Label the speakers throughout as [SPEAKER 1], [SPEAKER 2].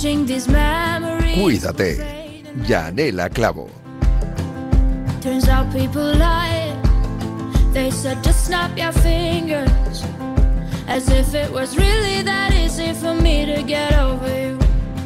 [SPEAKER 1] Cuídate, Yanela Clavo.
[SPEAKER 2] Turns out people lie. They said just snap your fingers, as if it was really that easy for me to get over you.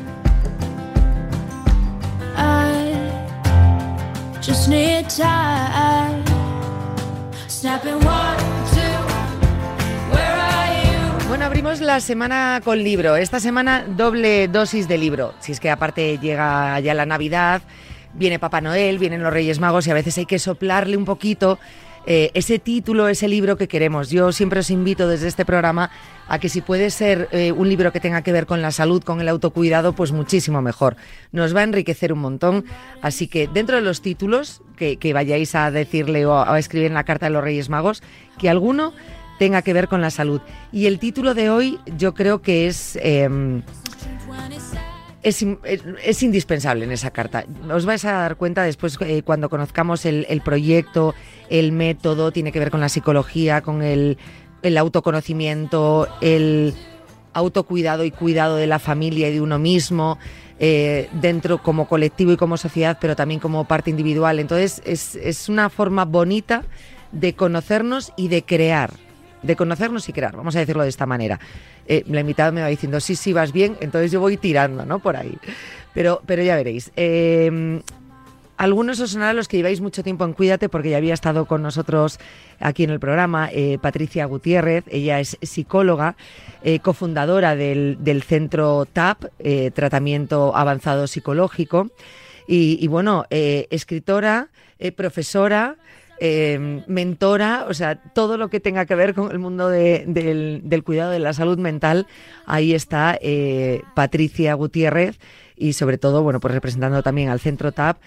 [SPEAKER 2] I just need time. Snapping 1, 2, where are you?
[SPEAKER 3] Bueno, abrimos la semana con libro. Esta semana doble dosis de libro. Si es que aparte llega ya la Navidad, viene Papá Noel, vienen los Reyes Magos y a veces hay que soplarle un poquito ese título, ese libro que queremos. Yo siempre os invito desde este programa a que si puede ser un libro que tenga que ver con la salud, con el autocuidado, pues muchísimo mejor. Nos va a enriquecer un montón. Así que dentro de los títulos que vayáis a decirle o a escribir en la carta de los Reyes Magos, que alguno tenga que ver con la salud. Y el título de hoy yo creo que es indispensable en esa carta. Os vais a dar cuenta después cuando conozcamos el proyecto, el método, tiene que ver con la psicología, con el autoconocimiento, el autocuidado y cuidado de la familia y de uno mismo, dentro como colectivo y como sociedad, pero también como parte individual. Entonces es una forma bonita de conocernos y de crear. De conocernos y crear, vamos a decirlo de esta manera. La invitada me va diciendo, sí, vas bien, entonces yo voy tirando, ¿no? Por ahí. Pero ya veréis. Algunos os sonarán los que lleváis mucho tiempo en Cuídate, porque ya había estado con nosotros aquí en el programa, Patricia Gutiérrez. Ella es psicóloga, cofundadora del centro TAP, Tratamiento Avanzado Psicológico, y bueno, escritora, profesora, mentora, o sea, todo lo que tenga que ver con el mundo del cuidado de la salud mental. Ahí está Patricia Gutiérrez y sobre todo, bueno, pues representando también al Centro TAP,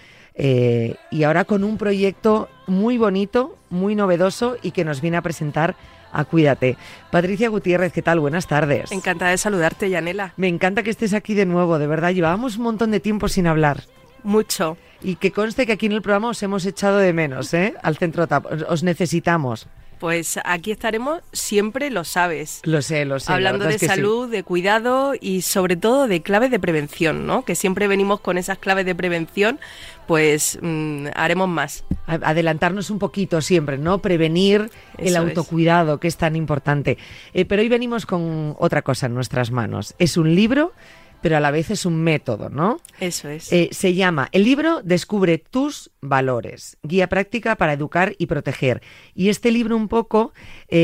[SPEAKER 3] y ahora con un proyecto muy bonito, muy novedoso y que nos viene a presentar a Cuídate. Patricia Gutiérrez, ¿qué tal? Buenas tardes.
[SPEAKER 4] Encantada de saludarte, Yanela.
[SPEAKER 3] Me encanta que estés aquí de nuevo, de verdad, llevábamos un montón de tiempo sin hablar.
[SPEAKER 4] Mucho.
[SPEAKER 3] Y que conste que aquí en el programa os hemos echado de menos, al Centro TAP. Os necesitamos.
[SPEAKER 4] Pues aquí estaremos siempre, lo sabes.
[SPEAKER 3] Lo sé.
[SPEAKER 4] Hablando de salud, sí, de cuidado y sobre todo de claves de prevención, ¿no? Que siempre venimos con esas claves de prevención, pues haremos más.
[SPEAKER 3] Adelantarnos un poquito siempre, ¿no? Prevenir el autocuidado, que es tan importante. Pero hoy venimos con otra cosa en nuestras manos. Es un libro, pero a la vez es un método, ¿no?
[SPEAKER 4] Eso es.
[SPEAKER 3] Se llama, el libro Descubre tus valores, guía práctica para educar y proteger. Y este libro un poco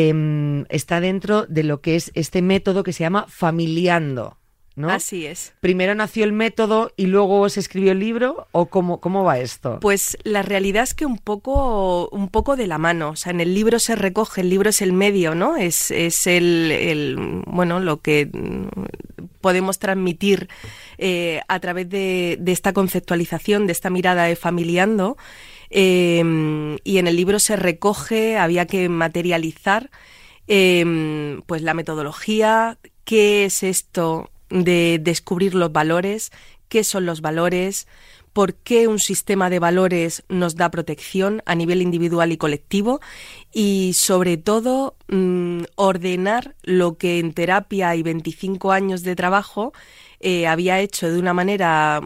[SPEAKER 3] está dentro de lo que es este método que se llama Familiando, ¿no?
[SPEAKER 4] Así es.
[SPEAKER 3] ¿Primero nació el método y luego se escribió el libro? ¿O cómo va esto?
[SPEAKER 4] Pues la realidad es que un poco de la mano. O sea, en el libro se recoge, el libro es el medio, ¿no? Es bueno, lo que podemos transmitir a través de esta conceptualización, de esta mirada de Familiando. Y en el libro se recoge, había que materializar pues la metodología, qué es esto de descubrir los valores, qué son los valores, por qué un sistema de valores nos da protección a nivel individual y colectivo y sobre todo ordenar lo que en terapia y 25 años de trabajo había hecho de una manera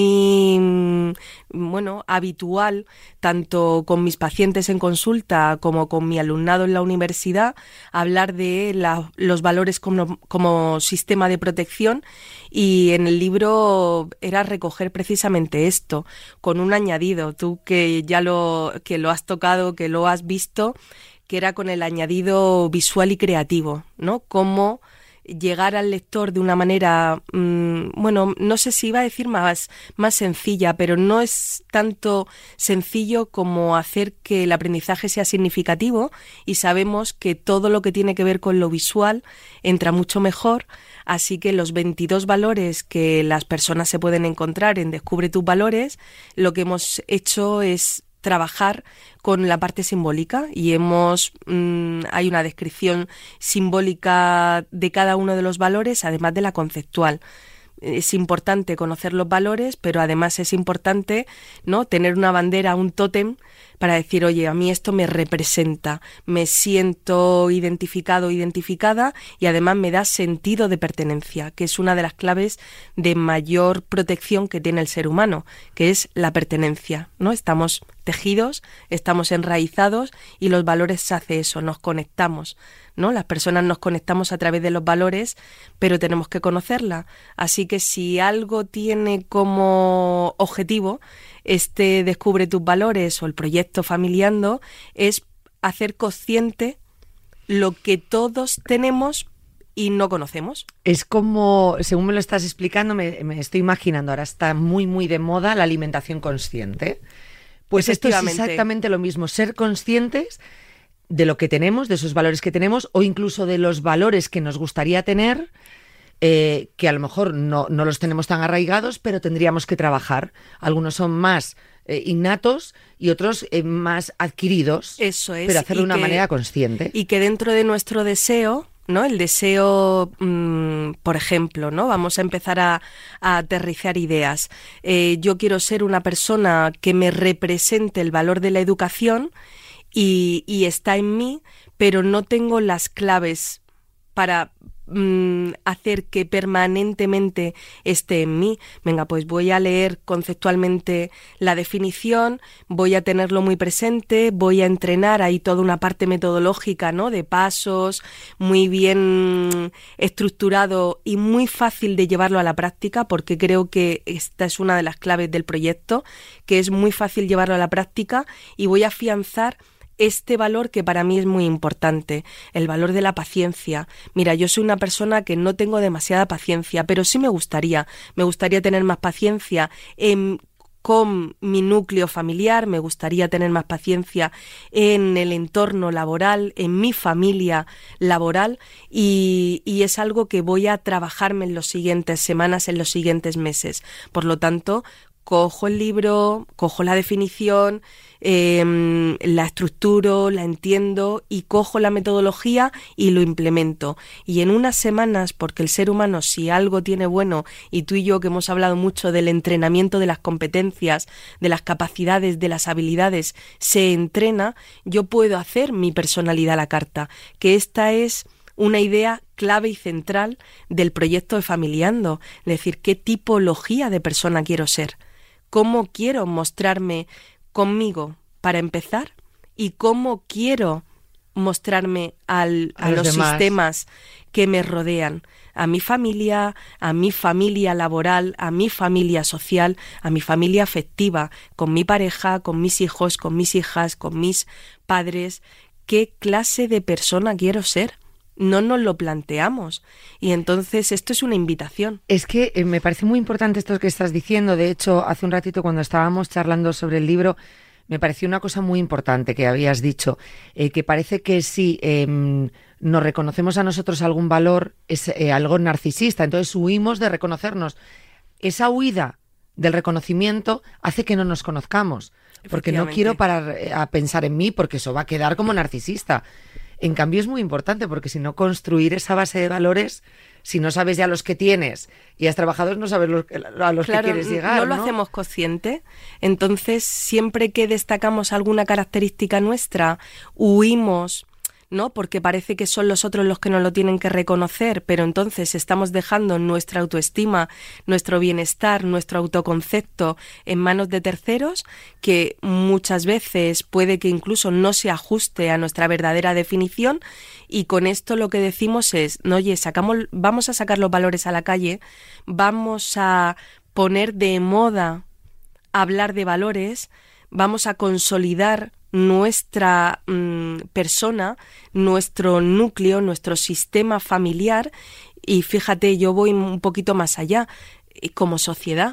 [SPEAKER 4] muy habitual, tanto con mis pacientes en consulta como con mi alumnado en la universidad, hablar de los valores como sistema de protección, y en el libro era recoger precisamente esto, con un añadido, tú que ya lo has tocado, que lo has visto, que era con el añadido visual y creativo, ¿no? Cómo llegar al lector de una manera, no sé si iba a decir más sencilla, pero no es tanto sencillo como hacer que el aprendizaje sea significativo, y sabemos que todo lo que tiene que ver con lo visual entra mucho mejor, así que los 22 valores que las personas se pueden encontrar en Descubre tus valores, lo que hemos hecho es trabajar con la parte simbólica y hay una descripción simbólica de cada uno de los valores, además de la conceptual. Es importante conocer los valores, pero además es importante, ¿no?, tener una bandera, un tótem, para decir, oye, a mí esto me representa, me siento identificado, identificada, y además me da sentido de pertenencia, que es una de las claves de mayor protección que tiene el ser humano, que es la pertenencia, ¿no? Estamos tejidos, estamos enraizados, y los valores hace eso, nos conectamos, ¿no? Las personas nos conectamos a través de los valores, pero tenemos que conocerla. Así que si algo tiene como objetivo Descubre tus valores o el proyecto Familiando, es hacer consciente lo que todos tenemos y no conocemos.
[SPEAKER 3] Es como, según me lo estás explicando, me estoy imaginando, ahora está muy, muy de moda la alimentación consciente. Pues esto es exactamente lo mismo, ser conscientes de lo que tenemos, de esos valores que tenemos, o incluso de los valores que nos gustaría tener, que a lo mejor no los tenemos tan arraigados, pero tendríamos que trabajar. Algunos son más innatos y otros más adquiridos.
[SPEAKER 4] Eso es.
[SPEAKER 3] Pero hacerlo de una manera consciente.
[SPEAKER 4] Y que dentro de nuestro deseo, ¿no? El deseo, por ejemplo, ¿no? Vamos a empezar a aterrizar ideas. Yo quiero ser una persona que me represente el valor de la educación y está en mí, pero no tengo las claves para hacer que permanentemente esté en mí. Venga, pues voy a leer conceptualmente la definición, voy a tenerlo muy presente, voy a entrenar ahí toda una parte metodológica, ¿no? De pasos, muy bien estructurado y muy fácil de llevarlo a la práctica, porque creo que esta es una de las claves del proyecto, que es muy fácil llevarlo a la práctica, y voy a afianzar este valor que para mí es muy importante, el valor de la paciencia. Mira, yo soy una persona que no tengo demasiada paciencia, pero sí me gustaría tener más paciencia con mi núcleo familiar, me gustaría tener más paciencia en el entorno laboral, en mi familia laboral, y es algo que voy a trabajarme en las siguientes semanas, en los siguientes meses. Por lo tanto, cojo el libro, cojo la definición, la estructuro, la entiendo y cojo la metodología y lo implemento. Y en unas semanas, porque el ser humano, si algo tiene bueno, y tú y yo que hemos hablado mucho del entrenamiento de las competencias, de las capacidades, de las habilidades, se entrena, yo puedo hacer mi personalidad a la carta, que esta es una idea clave y central del proyecto de Familiando, es decir, qué tipología de persona quiero ser, cómo quiero mostrarme conmigo para empezar y cómo quiero mostrarme a los sistemas que me rodean, a mi familia laboral, a mi familia social, a mi familia afectiva, con mi pareja, con mis hijos, con mis hijas, con mis padres. ¿Qué clase de persona quiero ser? No nos lo planteamos, y entonces esto es una invitación.
[SPEAKER 3] Es que me parece muy importante esto que estás diciendo. De hecho, hace un ratito cuando estábamos charlando sobre el libro, me pareció una cosa muy importante que habías dicho, que parece que si nos reconocemos a nosotros algún valor es algo narcisista, entonces huimos de reconocernos. Esa huida del reconocimiento hace que no nos conozcamos, porque no quiero parar a pensar en mí, porque eso va a quedar como narcisista. En cambio es muy importante, porque si no, construir esa base de valores, si no sabes ya los que tienes y has trabajado, no sabes a los que quieres llegar, ¿no?
[SPEAKER 4] No lo hacemos consciente. Entonces, siempre que destacamos alguna característica nuestra, huimos, ¿no? Porque parece que son los otros los que nos lo tienen que reconocer, pero entonces estamos dejando nuestra autoestima, nuestro bienestar, nuestro autoconcepto en manos de terceros, que muchas veces puede que incluso no se ajuste a nuestra verdadera definición, y con esto lo que decimos es, no, oye, vamos a sacar los valores a la calle, vamos a poner de moda hablar de valores, vamos a consolidar nuestra persona, nuestro núcleo, nuestro sistema familiar, y fíjate, yo voy un poquito más allá, como sociedad.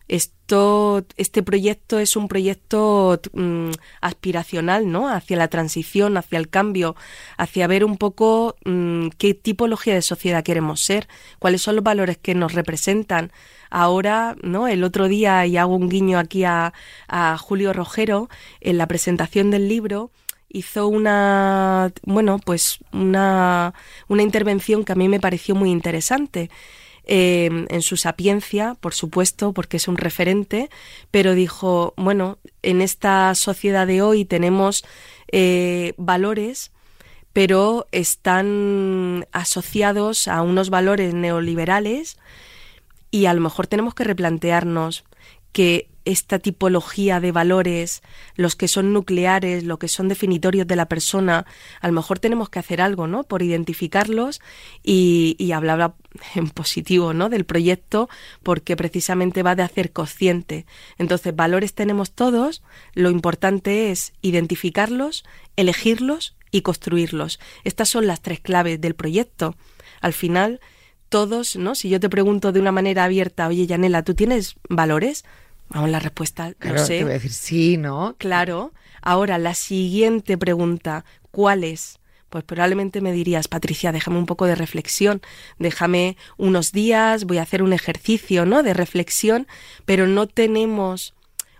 [SPEAKER 4] Este proyecto es un proyecto aspiracional, ¿no? Hacia la transición, hacia el cambio, hacia ver un poco qué tipología de sociedad queremos ser, cuáles son los valores que nos representan. Ahora, ¿no? El otro día, y hago un guiño aquí a Julio Rogero, en la presentación del libro, hizo una intervención que a mí me pareció muy interesante. en su sapiencia, por supuesto, porque es un referente, pero dijo, bueno, en esta sociedad de hoy tenemos valores, pero están asociados a unos valores neoliberales y a lo mejor tenemos que replantearnos que esta tipología de valores, los que son nucleares, los que son definitorios de la persona, a lo mejor tenemos que hacer algo, ¿no?, por identificarlos y hablar en positivo, ¿no?, del proyecto, porque precisamente va de hacer consciente. Entonces, valores tenemos todos, lo importante es identificarlos, elegirlos y construirlos. Estas son las 3 claves del proyecto. Al final, todos, ¿no?, si yo te pregunto de una manera abierta, oye, Yanela, ¿tú tienes valores? Vamos, la respuesta,
[SPEAKER 3] claro,
[SPEAKER 4] no sé.
[SPEAKER 3] Te voy a decir sí, ¿no?
[SPEAKER 4] Claro. Ahora, la siguiente pregunta, ¿cuál es? Pues probablemente me dirías, Patricia, déjame un poco de reflexión, déjame unos días, voy a hacer un ejercicio, ¿no?, de reflexión, pero no teníamos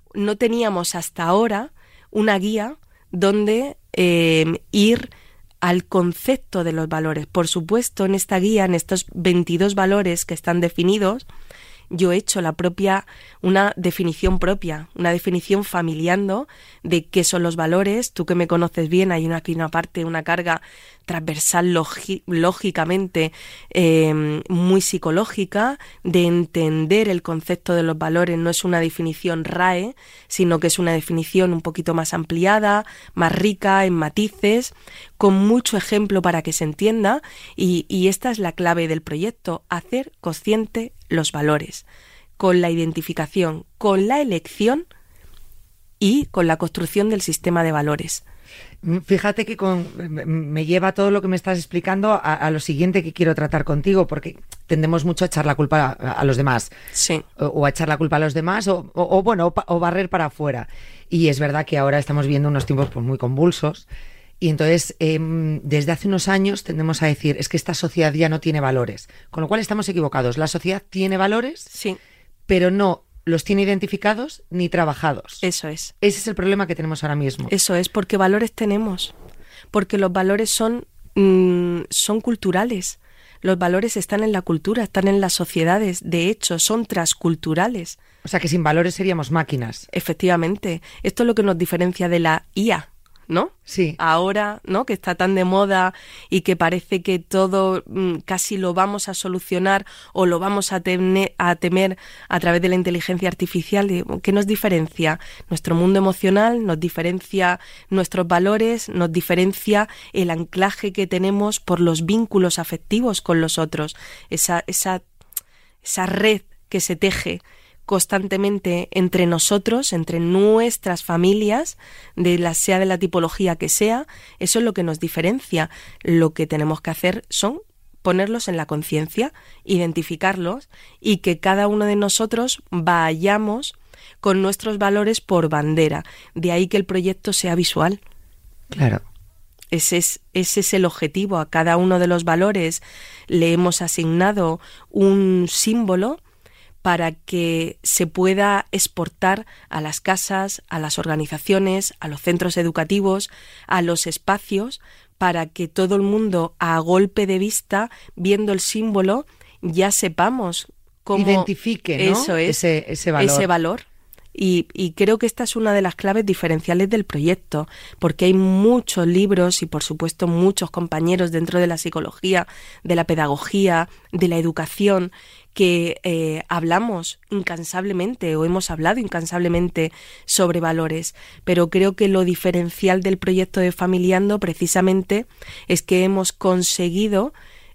[SPEAKER 4] hasta ahora una guía donde ir al concepto de los valores. Por supuesto, en esta guía, en estos 22 valores que están definidos, yo he hecho una definición propia, una definición familiando de qué son los valores. Tú que me conoces bien, hay aquí una parte, una carga transversal lógicamente muy psicológica de entender el concepto de los valores. No es una definición RAE, sino que es una definición un poquito más ampliada, más rica en matices, con mucho ejemplo para que se entienda, y esta es la clave del proyecto, hacer consciente los valores, con la identificación, con la elección y con la construcción del sistema de valores.
[SPEAKER 3] Fíjate que me lleva todo lo que me estás explicando a lo siguiente que quiero tratar contigo, porque tendemos mucho a echar la culpa a los demás.
[SPEAKER 4] Sí.
[SPEAKER 3] O a echar la culpa a los demás o barrer para afuera. Y es verdad que ahora estamos viendo unos tiempos pues muy convulsos. Y entonces, desde hace unos años tendemos a decir, es que esta sociedad ya no tiene valores. Con lo cual estamos equivocados. La sociedad tiene valores,
[SPEAKER 4] sí,
[SPEAKER 3] pero no los tiene identificados ni trabajados.
[SPEAKER 4] Eso es.
[SPEAKER 3] Ese es el problema que tenemos ahora mismo.
[SPEAKER 4] Eso es, porque valores tenemos. Porque los valores son culturales. Los valores están en la cultura, están en las sociedades. De hecho, son transculturales.
[SPEAKER 3] O sea que sin valores seríamos máquinas.
[SPEAKER 4] Efectivamente. Esto es lo que nos diferencia de la IA, ¿no?
[SPEAKER 3] Sí.
[SPEAKER 4] Ahora, ¿no?, que está tan de moda y que parece que todo casi lo vamos a solucionar o lo vamos a temer a través de la inteligencia artificial. ¿Qué nos diferencia? Nuestro mundo emocional, nos diferencia nuestros valores, nos diferencia el anclaje que tenemos por los vínculos afectivos con los otros, esa red que se teje constantemente entre nosotros, entre nuestras familias, sea de la tipología que sea. Eso es lo que nos diferencia. Lo que tenemos que hacer son ponerlos en la conciencia, identificarlos y que cada uno de nosotros vayamos con nuestros valores por bandera. De ahí que el proyecto sea visual.
[SPEAKER 3] Claro.
[SPEAKER 4] Ese es el objetivo. A cada uno de los valores le hemos asignado un símbolo para que se pueda exportar a las casas, a las organizaciones, a los centros educativos, a los espacios, para que todo el mundo, a golpe de vista, viendo el símbolo, ya sepamos cómo
[SPEAKER 3] identifique, ¿no?,
[SPEAKER 4] eso es,
[SPEAKER 3] ese valor.
[SPEAKER 4] Ese valor. Y creo que esta es una de las claves diferenciales del proyecto, porque hay muchos libros y, por supuesto, muchos compañeros dentro de la psicología, de la pedagogía, de la educación, que hablamos incansablemente o hemos hablado incansablemente sobre valores, pero creo que lo diferencial del proyecto de Familiando precisamente es que hemos conseguido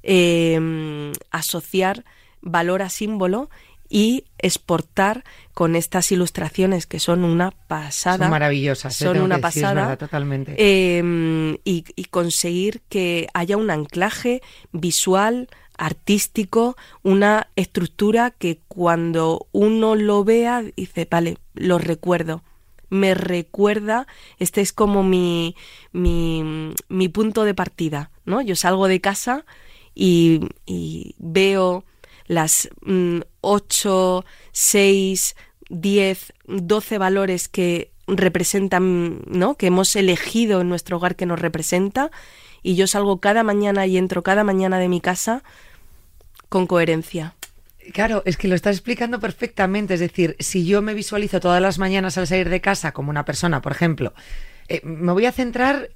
[SPEAKER 4] asociar valor a símbolo y exportar con estas ilustraciones que son una pasada.
[SPEAKER 3] Son maravillosas.
[SPEAKER 4] Son una pasada.
[SPEAKER 3] Es verdad, totalmente.
[SPEAKER 4] Y conseguir que haya un anclaje visual, artístico, una estructura que cuando uno lo vea dice, vale, lo recuerdo. Me recuerda, este es como mi punto de partida, ¿no? Yo salgo de casa y veo las 8, 6, 10, 12 valores que representan, ¿no?, que hemos elegido en nuestro hogar que nos representa, y yo salgo cada mañana y entro cada mañana de mi casa con coherencia.
[SPEAKER 3] Claro, es que lo estás explicando perfectamente. Es decir, si yo me visualizo todas las mañanas al salir de casa como una persona, por ejemplo, me voy a centrar,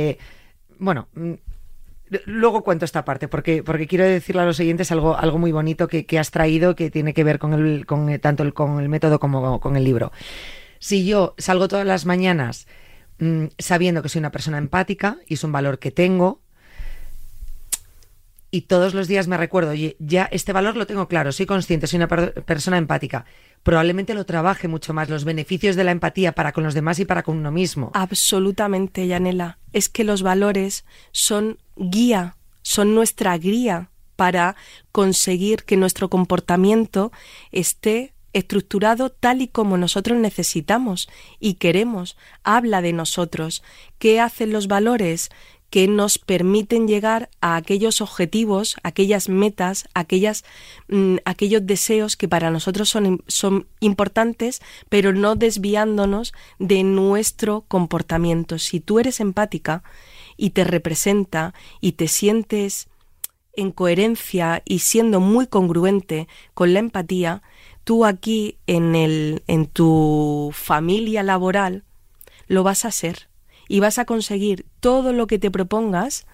[SPEAKER 3] luego cuento esta parte, porque quiero decirle a los oyentes algo muy bonito que has traído, que tiene que ver tanto con el método como con el libro. Si yo salgo todas las mañanas sabiendo que soy una persona empática, y es un valor que tengo, y todos los días me recuerdo, oye, ya este valor lo tengo claro, soy consciente, soy una persona empática, probablemente lo trabaje mucho más, los beneficios de la empatía para con los demás y para con uno mismo.
[SPEAKER 4] Absolutamente, Yanela. Es que los valores son guía, son nuestra guía para conseguir que nuestro comportamiento esté estructurado tal y como nosotros necesitamos y queremos. Habla de nosotros. ¿Qué hacen los valores? Que nos permiten llegar a aquellos objetivos, aquellas metas, aquellos deseos que para nosotros son importantes, pero no desviándonos de nuestro comportamiento. Si tú eres empática y te representa y te sientes en coherencia y siendo muy congruente con la empatía, tú aquí en tu familia laboral lo vas a ser. Y vas a conseguir todo lo que te propongas,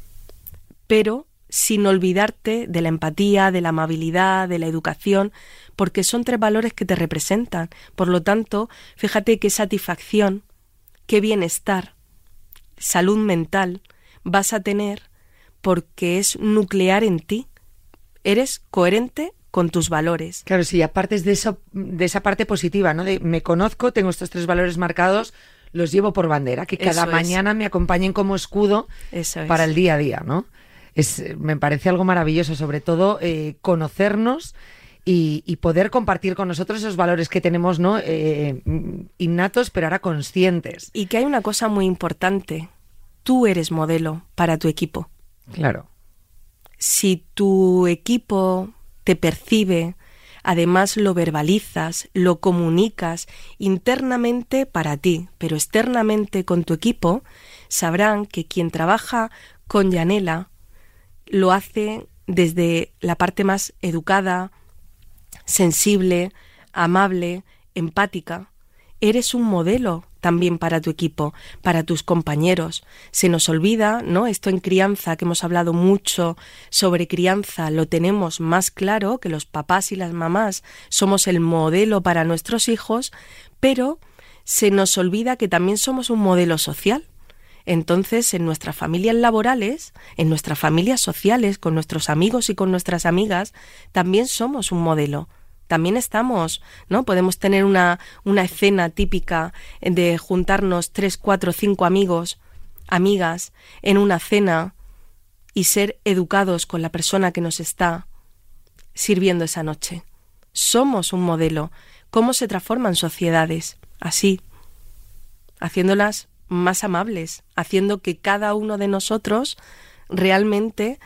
[SPEAKER 4] pero sin olvidarte de la empatía, de la amabilidad, de la educación, porque son 3 valores que te representan. Por lo tanto, fíjate qué satisfacción, qué bienestar, salud mental vas a tener, porque es nuclear en ti. Eres coherente con tus valores.
[SPEAKER 3] Claro, si aparte de eso, de esa parte positiva, ¿no? De me conozco, tengo estos 3 valores marcados, los llevo por bandera, que cada mañana me acompañen como escudo para el día a día, ¿no? Me parece algo maravilloso, sobre todo conocernos y poder compartir con nosotros esos valores que tenemos, ¿no? Innatos, pero ahora conscientes.
[SPEAKER 4] Y que hay una cosa muy importante. Tú eres modelo para tu equipo.
[SPEAKER 3] Claro.
[SPEAKER 4] Si tu equipo te percibe, además lo verbalizas, lo comunicas internamente para ti, pero externamente con tu equipo, sabrán que quien trabaja con Yanela lo hace desde la parte más educada, sensible, amable, empática. Eres un modelo también para tu equipo, para tus compañeros. Se nos olvida, ¿no? Esto en crianza, que hemos hablado mucho sobre crianza, lo tenemos más claro, que los papás y las mamás somos el modelo para nuestros hijos, pero se nos olvida que también somos un modelo social. Entonces, en nuestras familias laborales, en nuestras familias sociales, con nuestros amigos y con nuestras amigas, también somos un modelo. También estamos, ¿no? Podemos tener una escena típica de juntarnos 3, 4, 5 amigos, amigas, en una cena y ser educados con la persona que nos está sirviendo esa noche. Somos un modelo. ¿Cómo se transforman sociedades? Así, haciéndolas más amables, haciendo que cada uno de nosotros realmente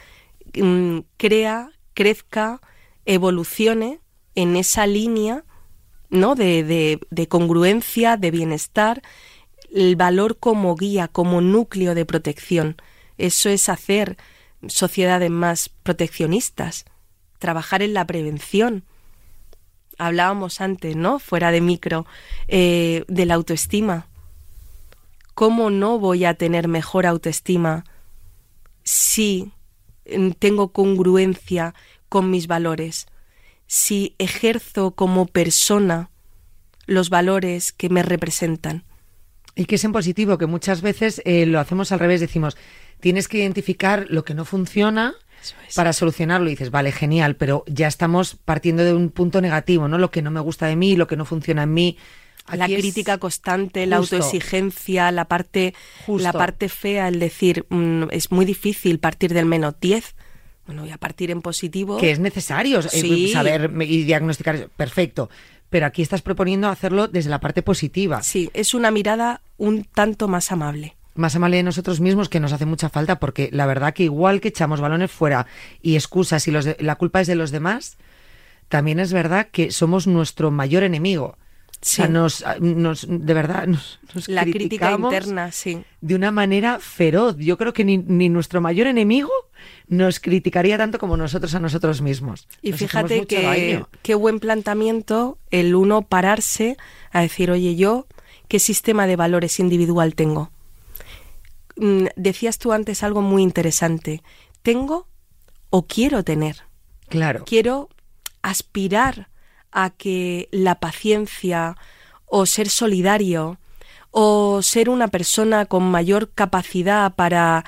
[SPEAKER 4] crezca, evolucione en esa línea, ¿no? de congruencia, de bienestar, el valor como guía, como núcleo de protección. Eso es hacer sociedades más proteccionistas, trabajar en la prevención. Hablábamos antes, ¿no? Fuera de micro, de la autoestima. ¿Cómo no voy a tener mejor autoestima si tengo congruencia con mis valores? Si ejerzo como persona los valores que me representan.
[SPEAKER 3] Y que es en positivo, que muchas veces lo hacemos al revés, decimos, tienes que identificar lo que no funciona para solucionarlo, y dices, vale, genial, pero ya estamos partiendo de un punto negativo, ¿no? Lo que no me gusta de mí, lo que no funciona en mí.
[SPEAKER 4] La crítica constante, la autoexigencia, la parte fea, el decir, es muy difícil partir del -10. Bueno, voy a partir en positivo.
[SPEAKER 3] Que es necesario saber y diagnosticar eso. Perfecto. Pero aquí estás proponiendo hacerlo desde la parte positiva.
[SPEAKER 4] Sí, es una mirada un tanto más amable.
[SPEAKER 3] Más amable de nosotros mismos, que nos hace mucha falta, porque la verdad que igual que echamos balones fuera y excusas y la culpa es de los demás, también es verdad que somos nuestro mayor enemigo. Sí. O sea, de verdad, nos
[SPEAKER 4] la crítica interna, sí.
[SPEAKER 3] De una manera feroz. Yo creo que ni nuestro mayor enemigo nos criticaría tanto como nosotros a nosotros mismos.
[SPEAKER 4] Y fíjate que qué buen planteamiento el uno pararse a decir, oye, yo, ¿qué sistema de valores individual tengo? Decías tú antes algo muy interesante. ¿Tengo o quiero tener?
[SPEAKER 3] Claro.
[SPEAKER 4] Quiero aspirar a que la paciencia o ser solidario o ser una persona con mayor capacidad para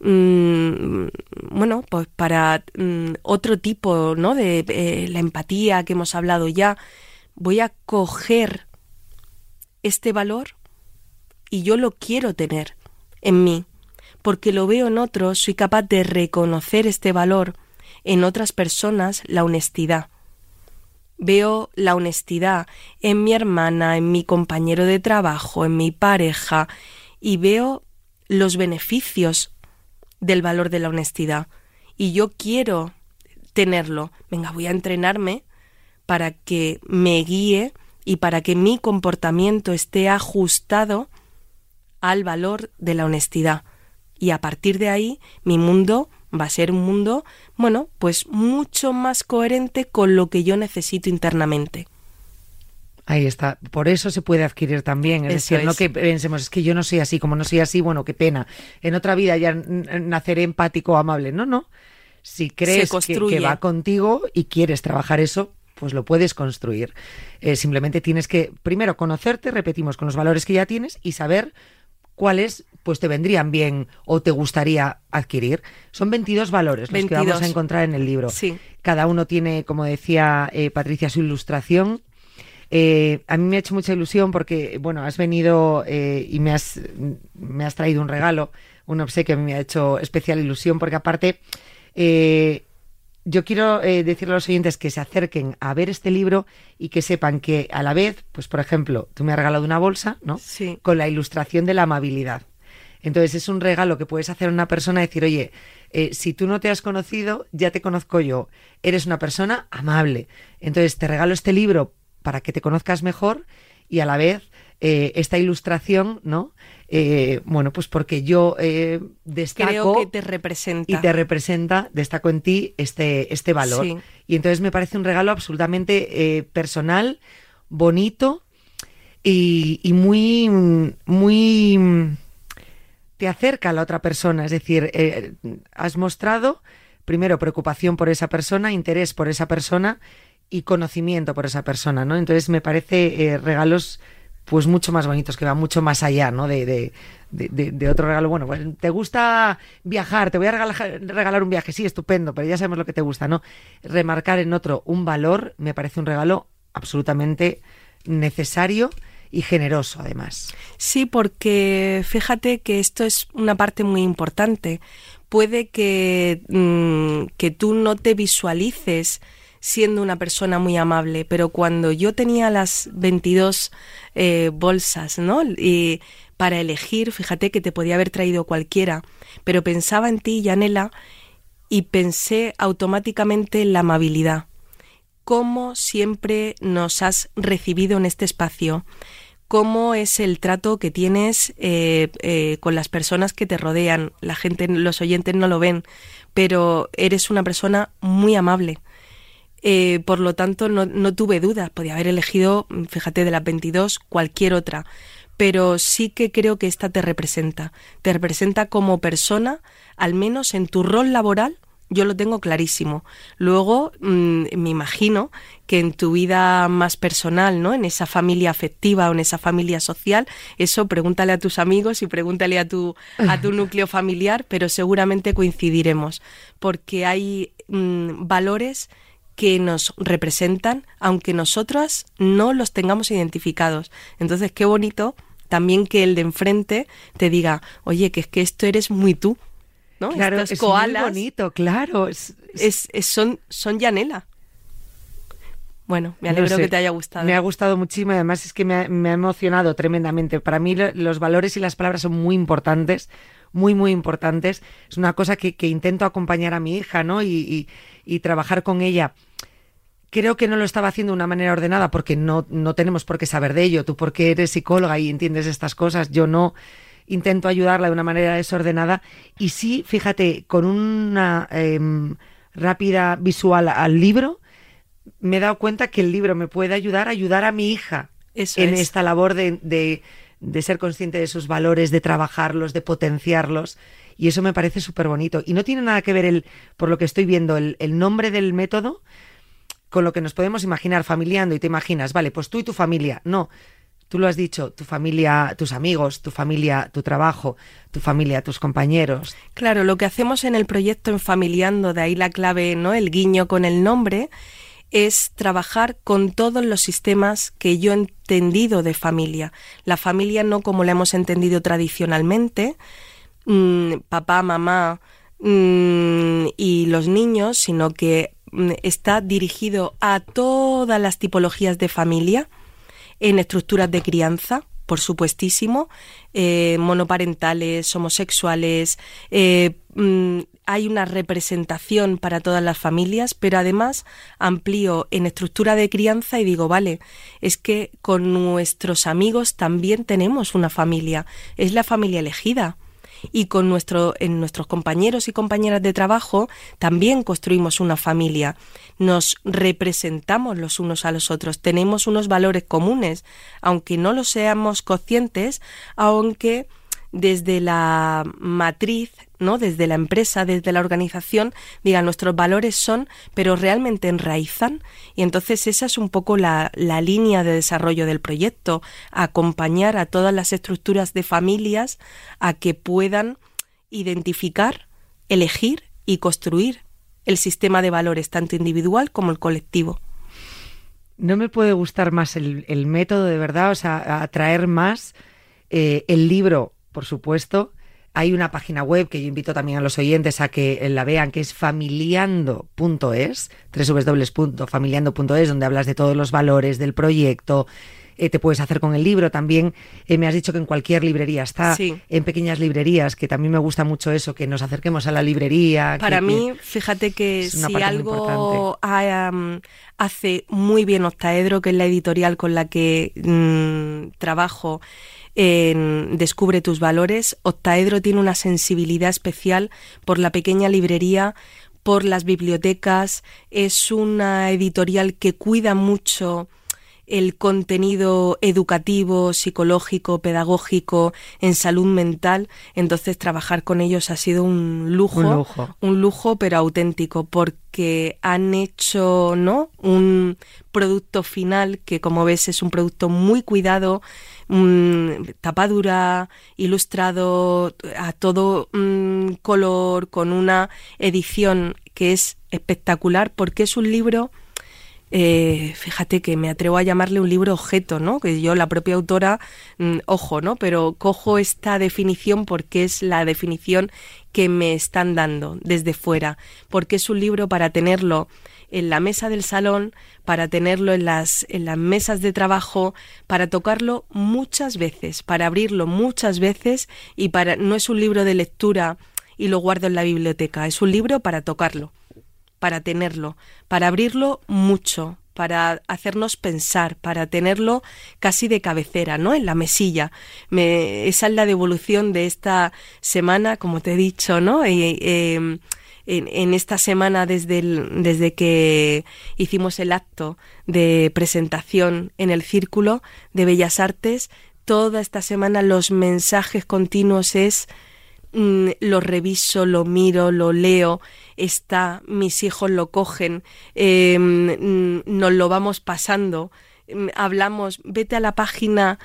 [SPEAKER 4] pues para otro tipo, ¿no? de la empatía que hemos hablado ya, voy a coger este valor y yo lo quiero tener en mí porque lo veo en otros, soy capaz de reconocer este valor en otras personas, la honestidad. Veo la honestidad en mi hermana, en mi compañero de trabajo, en mi pareja, y veo los beneficios del valor de la honestidad. Y yo quiero tenerlo. Venga, voy a entrenarme para que me guíe y para que mi comportamiento esté ajustado al valor de la honestidad. Y a partir de ahí, mi mundo va a ser un mundo, pues mucho más coherente con lo que yo necesito internamente.
[SPEAKER 3] Ahí está. Por eso se puede adquirir también. Es decir, no que pensemos, es que yo no soy así, como no soy así, bueno, qué pena. En otra vida ya naceré empático o amable. No. Si crees que va contigo y quieres trabajar eso, pues lo puedes construir. Simplemente tienes que, primero, conocerte, repetimos, con los valores que ya tienes y saber cuáles pues te vendrían bien o te gustaría adquirir. Son 22 valores los que vamos a encontrar en el libro.
[SPEAKER 4] Sí.
[SPEAKER 3] Cada uno tiene, como decía Patricia, su ilustración. A mí me ha hecho mucha ilusión porque, has venido y me has traído un regalo, un obsequio. A mí me ha hecho especial ilusión porque aparte yo quiero decirle a los oyentes que se acerquen a ver este libro y que sepan que a la vez, pues por ejemplo, tú me has regalado una bolsa, ¿no?
[SPEAKER 4] Sí.
[SPEAKER 3] Con la ilustración de la amabilidad. Entonces es un regalo que puedes hacer a una persona, decir, oye, si tú no te has conocido, ya te conozco yo. Eres una persona amable. Entonces te regalo este libro para que te conozcas mejor y a la vez esta ilustración, ¿no? Pues porque yo destaco...
[SPEAKER 4] Creo que te representa.
[SPEAKER 3] Y te representa, destaco en ti este valor.
[SPEAKER 4] Sí.
[SPEAKER 3] Y entonces me parece un regalo absolutamente personal, bonito y muy, muy... te acerca a la otra persona. Es decir, has mostrado, primero, preocupación por esa persona, interés por esa persona y conocimiento por esa persona, ¿no? Entonces me parece regalos pues mucho más bonitos, que van mucho más allá, ¿no? de otro regalo. Bueno, pues te gusta viajar, te voy a regalar un viaje, sí, estupendo, pero ya sabemos lo que te gusta, ¿no? Remarcar en otro un valor me parece un regalo absolutamente necesario y generoso, además.
[SPEAKER 4] Sí, porque fíjate que esto es una parte muy importante. Puede que tú no te visualices siendo una persona muy amable, pero cuando yo tenía las 22 bolsas, ¿no? Y para elegir, fíjate que te podía haber traído cualquiera, pero pensaba en ti, Yanela, y pensé automáticamente en la amabilidad. Cómo siempre nos has recibido en este espacio, cómo es el trato que tienes con las personas que te rodean. La gente, los oyentes no lo ven, pero eres una persona muy amable. Por lo tanto, no tuve dudas. Podía haber elegido, fíjate, de las 22, cualquier otra. Pero sí que creo que esta te representa. Te representa como persona, al menos en tu rol laboral. Yo lo tengo clarísimo. Luego, me imagino que en tu vida más personal, ¿no? En esa familia afectiva o en esa familia social, eso pregúntale a tus amigos y pregúntale a tu núcleo familiar, pero seguramente coincidiremos, porque hay valores que nos representan, aunque nosotras no los tengamos identificados. Entonces, qué bonito también que el de enfrente te diga, oye, que es que esto eres muy tú, ¿no?
[SPEAKER 3] Claro,
[SPEAKER 4] estos
[SPEAKER 3] es
[SPEAKER 4] koalas,
[SPEAKER 3] muy bonito, claro.
[SPEAKER 4] Son Yanela. Bueno, me alegro que te haya gustado.
[SPEAKER 3] Me ha gustado muchísimo y además es que me ha emocionado tremendamente. Para mí los valores y las palabras son muy importantes, muy, muy importantes. Es una cosa que intento acompañar a mi hija, ¿no? Y trabajar con ella. creo que no lo estaba haciendo de una manera ordenada porque no tenemos por qué saber de ello. Tú porque eres psicóloga y entiendes estas cosas, yo no intento ayudarla de una manera desordenada. Y sí, fíjate, con una rápida visual al libro, me he dado cuenta que el libro me puede ayudar a mi hija esta labor de ser consciente de sus valores, de trabajarlos, de potenciarlos. Y eso me parece súper bonito. Y no tiene nada que ver, por lo que estoy viendo, el nombre del método con lo que nos podemos imaginar familiando, y te imaginas, vale, pues tú y tu familia. No, tú lo has dicho, tu familia, tus amigos, tu familia, tu trabajo, tu familia, tus compañeros.
[SPEAKER 4] Claro, lo que hacemos en el proyecto Enfamiliando, de ahí la clave, ¿no? El guiño con el nombre, es trabajar con todos los sistemas que yo he entendido de familia. La familia no como la hemos entendido tradicionalmente, papá, mamá y los niños, sino que está dirigido a todas las tipologías de familia, en estructuras de crianza, por supuestísimo, monoparentales, homosexuales, hay una representación para todas las familias, pero además amplío en estructura de crianza y digo, vale, es que con nuestros amigos también tenemos una familia, es la familia elegida. Y con nuestros compañeros y compañeras de trabajo también construimos una familia, nos representamos los unos a los otros, tenemos unos valores comunes, aunque no lo seamos conscientes, aunque desde la matriz, ¿no? Desde la empresa, desde la organización, digan nuestros valores son, pero realmente enraizan. Y entonces esa es un poco la línea de desarrollo del proyecto, acompañar a todas las estructuras de familias a que puedan identificar, elegir y construir el sistema de valores, tanto individual como el colectivo.
[SPEAKER 3] No me puede gustar más el método, de verdad, o sea, atraer más el libro. Por supuesto, hay una página web que yo invito también a los oyentes a que la vean, que es familiando.es, www.familiando.es, donde hablas de todos los valores del proyecto. Te puedes hacer con el libro también. Me has dicho que en cualquier librería está, sí. En pequeñas librerías, que también me gusta mucho eso, que nos acerquemos a la librería.
[SPEAKER 4] Para mí, fíjate que si algo hace muy bien Octaedro, que es la editorial con la que trabajo, en Descubre tus valores, Octaedro tiene una sensibilidad especial por la pequeña librería, por las bibliotecas. Es una editorial que cuida mucho el contenido educativo, psicológico, pedagógico, en salud mental. Entonces trabajar con ellos ha sido un lujo, pero auténtico, porque han hecho, ¿no?, un producto final que, como ves, es un producto muy cuidado, tapadura, ilustrado, a todo color, con una edición que es espectacular, porque es un libro... fíjate que me atrevo a llamarle un libro objeto, ¿no? Que yo, la propia autora, ojo, ¿no? Pero cojo esta definición porque es la definición que me están dando desde fuera, porque es un libro para tenerlo en la mesa del salón, para tenerlo en las mesas de trabajo, para tocarlo muchas veces, para abrirlo muchas veces, y no es un libro de lectura y lo guardo en la biblioteca, es un libro para tocarlo, para tenerlo, para abrirlo mucho, para hacernos pensar, para tenerlo casi de cabecera, ¿no?, en la mesilla. Esa es la devolución de esta semana, como te he dicho, ¿no? En esta semana, desde que hicimos el acto de presentación en el Círculo de Bellas Artes, toda esta semana los mensajes continuos es... lo reviso, lo miro, lo leo, mis hijos lo cogen, nos lo vamos pasando, hablamos, vete a la página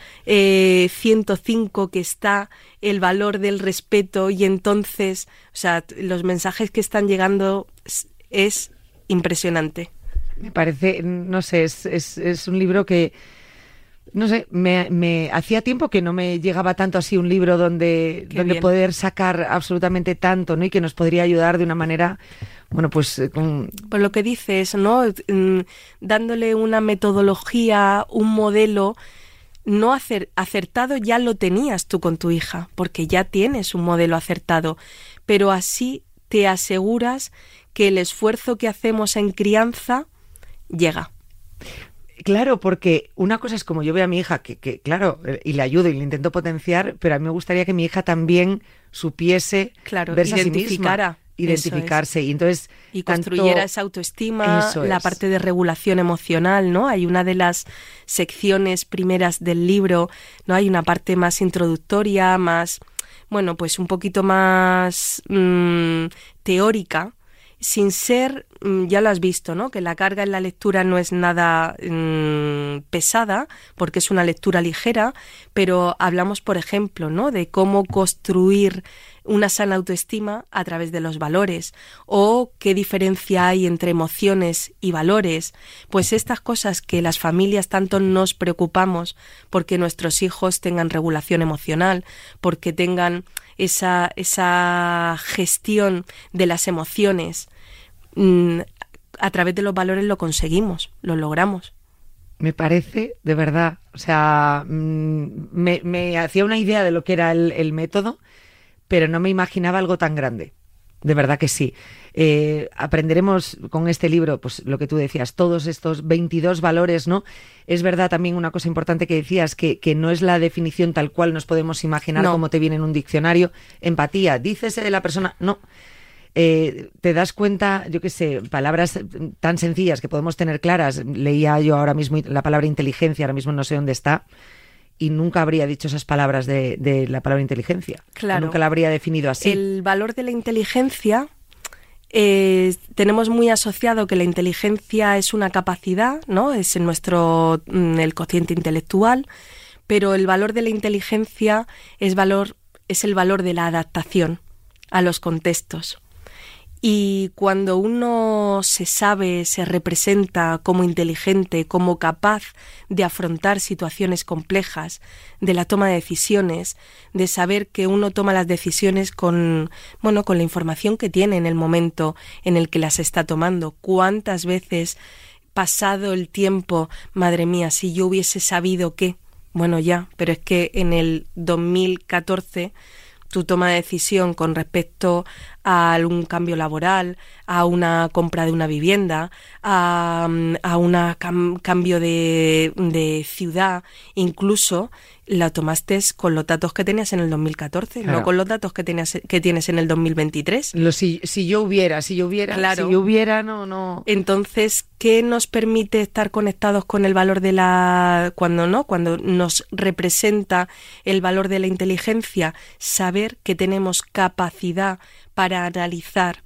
[SPEAKER 4] 105 que está el valor del respeto, y entonces, o sea, los mensajes que están llegando es impresionante.
[SPEAKER 3] Me parece, no sé, es un libro que... No sé, me hacía tiempo que no me llegaba tanto así un libro donde poder sacar absolutamente tanto, ¿no? Y que nos podría ayudar de una manera, bueno, pues...
[SPEAKER 4] Por lo que dices, ¿no? Dándole una metodología, un modelo, no acertado ya lo tenías tú con tu hija, porque ya tienes un modelo acertado, pero así te aseguras que el esfuerzo que hacemos en crianza llega.
[SPEAKER 3] Claro, porque una cosa es como yo veo a mi hija, que claro, y le ayudo y le intento potenciar, pero a mí me gustaría que mi hija también supiese verse a sí misma, identificarse. Y entonces
[SPEAKER 4] construyera esa autoestima, la parte de regulación emocional, ¿no? Hay una de las secciones primeras del libro, ¿no? Hay una parte más introductoria, más, bueno, pues un poquito más teórica, sin ser, ya lo has visto, ¿no? Que la carga en la lectura no es nada pesada, porque es una lectura ligera, pero hablamos, por ejemplo, ¿no? De cómo construir una sana autoestima a través de los valores, o qué diferencia hay entre emociones y valores. Pues estas cosas que las familias tanto nos preocupamos porque nuestros hijos tengan regulación emocional, porque tengan esa gestión de las emociones, a través de los valores lo conseguimos, lo logramos.
[SPEAKER 3] Me parece, de verdad, o sea, me hacía una idea de lo que era el método, pero no me imaginaba algo tan grande. De verdad que sí. Aprenderemos con este libro, pues lo que tú decías, todos estos 22 valores, ¿no? Es verdad también una cosa importante que decías, que no es la definición tal cual nos podemos imaginar, como te viene en un diccionario. Empatía, dícese de la persona, no. Te das cuenta, yo qué sé, palabras tan sencillas que podemos tener claras. Leía yo ahora mismo la palabra inteligencia, ahora mismo no sé dónde está, y nunca habría dicho esas palabras de la palabra inteligencia.
[SPEAKER 4] Claro.
[SPEAKER 3] Nunca la habría definido así.
[SPEAKER 4] El valor de la inteligencia, tenemos muy asociado que la inteligencia es una capacidad, ¿no? Es en nuestro el cociente intelectual, pero el valor de la inteligencia es el valor de la adaptación a los contextos. Y cuando uno se representa como inteligente, como capaz de afrontar situaciones complejas, de la toma de decisiones, de saber que uno toma las decisiones con la información que tiene en el momento en el que las está tomando. ¿Cuántas veces, pasado el tiempo, madre mía, si yo hubiese sabido qué? Bueno, ya, pero es que en el 2014... tu toma de decisión con respecto a algún cambio laboral, a una compra de una vivienda, a un cambio de ciudad, incluso la tomaste con los datos que tenías en el 2014, claro. No con los datos que tienes en el 2023.
[SPEAKER 3] Si yo hubiera,
[SPEAKER 4] claro.
[SPEAKER 3] Si yo hubiera, no.
[SPEAKER 4] Entonces, ¿qué nos permite estar conectados con el valor de cuando nos representa el valor de la inteligencia? Saber que tenemos capacidad para analizar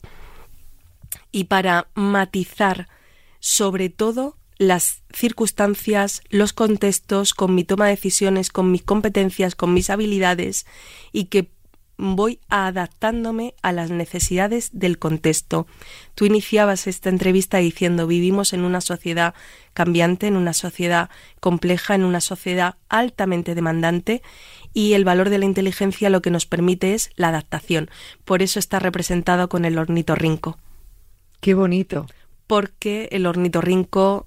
[SPEAKER 4] y para matizar, sobre todo, las circunstancias, los contextos, con mi toma de decisiones, con mis competencias, con mis habilidades, y que voy adaptándome a las necesidades del contexto. Tú iniciabas esta entrevista diciendo: vivimos en una sociedad cambiante, en una sociedad compleja, en una sociedad altamente demandante, y el valor de la inteligencia lo que nos permite es la adaptación. Por eso está representado con el ornitorrinco.
[SPEAKER 3] ¡Qué bonito!
[SPEAKER 4] Porque el ornitorrinco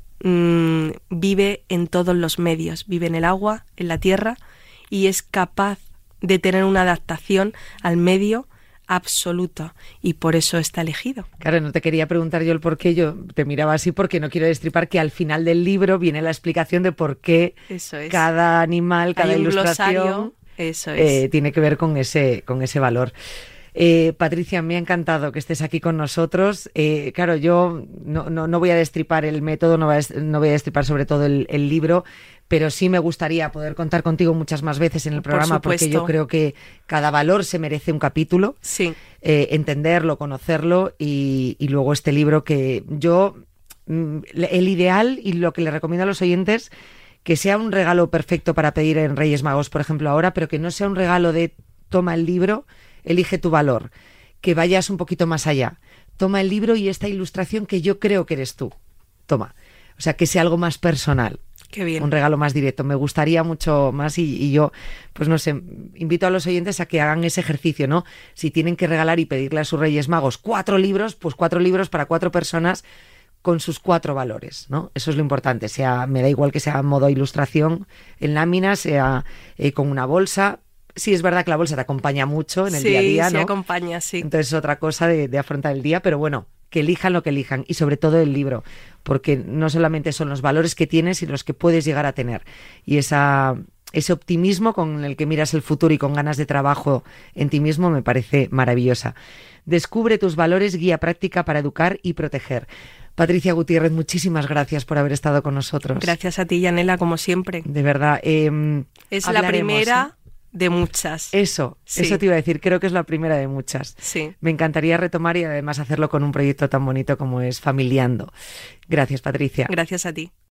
[SPEAKER 4] vive en todos los medios, vive en el agua, en la tierra, y es capaz de tener una adaptación al medio absoluta, y por eso está elegido.
[SPEAKER 3] Claro, no te quería preguntar yo el por qué, yo te miraba así porque no quiero destripar que al final del libro viene la explicación de por qué cada animal, cada ilustración tiene que ver con ese valor. Patricia, me ha encantado que estés aquí con nosotros. Claro, yo no voy a destripar el método, no voy a destripar sobre todo el libro, pero sí me gustaría poder contar contigo muchas más veces en el programa, porque yo creo que cada valor se merece un capítulo,
[SPEAKER 4] sí.
[SPEAKER 3] Entenderlo, conocerlo, y luego este libro que yo, el ideal y lo que le recomiendo a los oyentes, que sea un regalo perfecto para pedir en Reyes Magos, por ejemplo, ahora, pero que no sea un regalo de toma el libro, elige tu valor, que vayas un poquito más allá. Toma el libro y esta ilustración que yo creo que eres tú. Toma. O sea, que sea algo más personal.
[SPEAKER 4] Qué bien.
[SPEAKER 3] Un regalo más directo. Me gustaría mucho más y yo, pues no sé, invito a los oyentes a que hagan ese ejercicio, ¿no? Si tienen que regalar y pedirle a sus Reyes Magos 4 libros, pues 4 libros para 4 personas con sus 4 valores, ¿no? Eso es lo importante. Me da igual que sea en modo ilustración en láminas, sea con una bolsa. Sí, es verdad que la bolsa te acompaña mucho en el día a día, ¿no?
[SPEAKER 4] Sí, acompaña, sí.
[SPEAKER 3] Entonces es otra cosa de afrontar el día, pero bueno, que elijan lo que elijan y sobre todo el libro, porque no solamente son los valores que tienes, sino los que puedes llegar a tener. Y ese optimismo con el que miras el futuro y con ganas de trabajo en ti mismo me parece maravillosa. Descubre tus valores, guía práctica para educar y proteger. Patricia Gutiérrez, muchísimas gracias por haber estado con nosotros.
[SPEAKER 4] Gracias a ti, Yanela, como siempre.
[SPEAKER 3] De verdad.
[SPEAKER 4] Es la primera de muchas.
[SPEAKER 3] Eso te iba a decir, creo que es la primera de muchas.
[SPEAKER 4] Sí.
[SPEAKER 3] Me encantaría retomar y además hacerlo con un proyecto tan bonito como es Familiando. Gracias, Patricia.
[SPEAKER 4] Gracias a ti.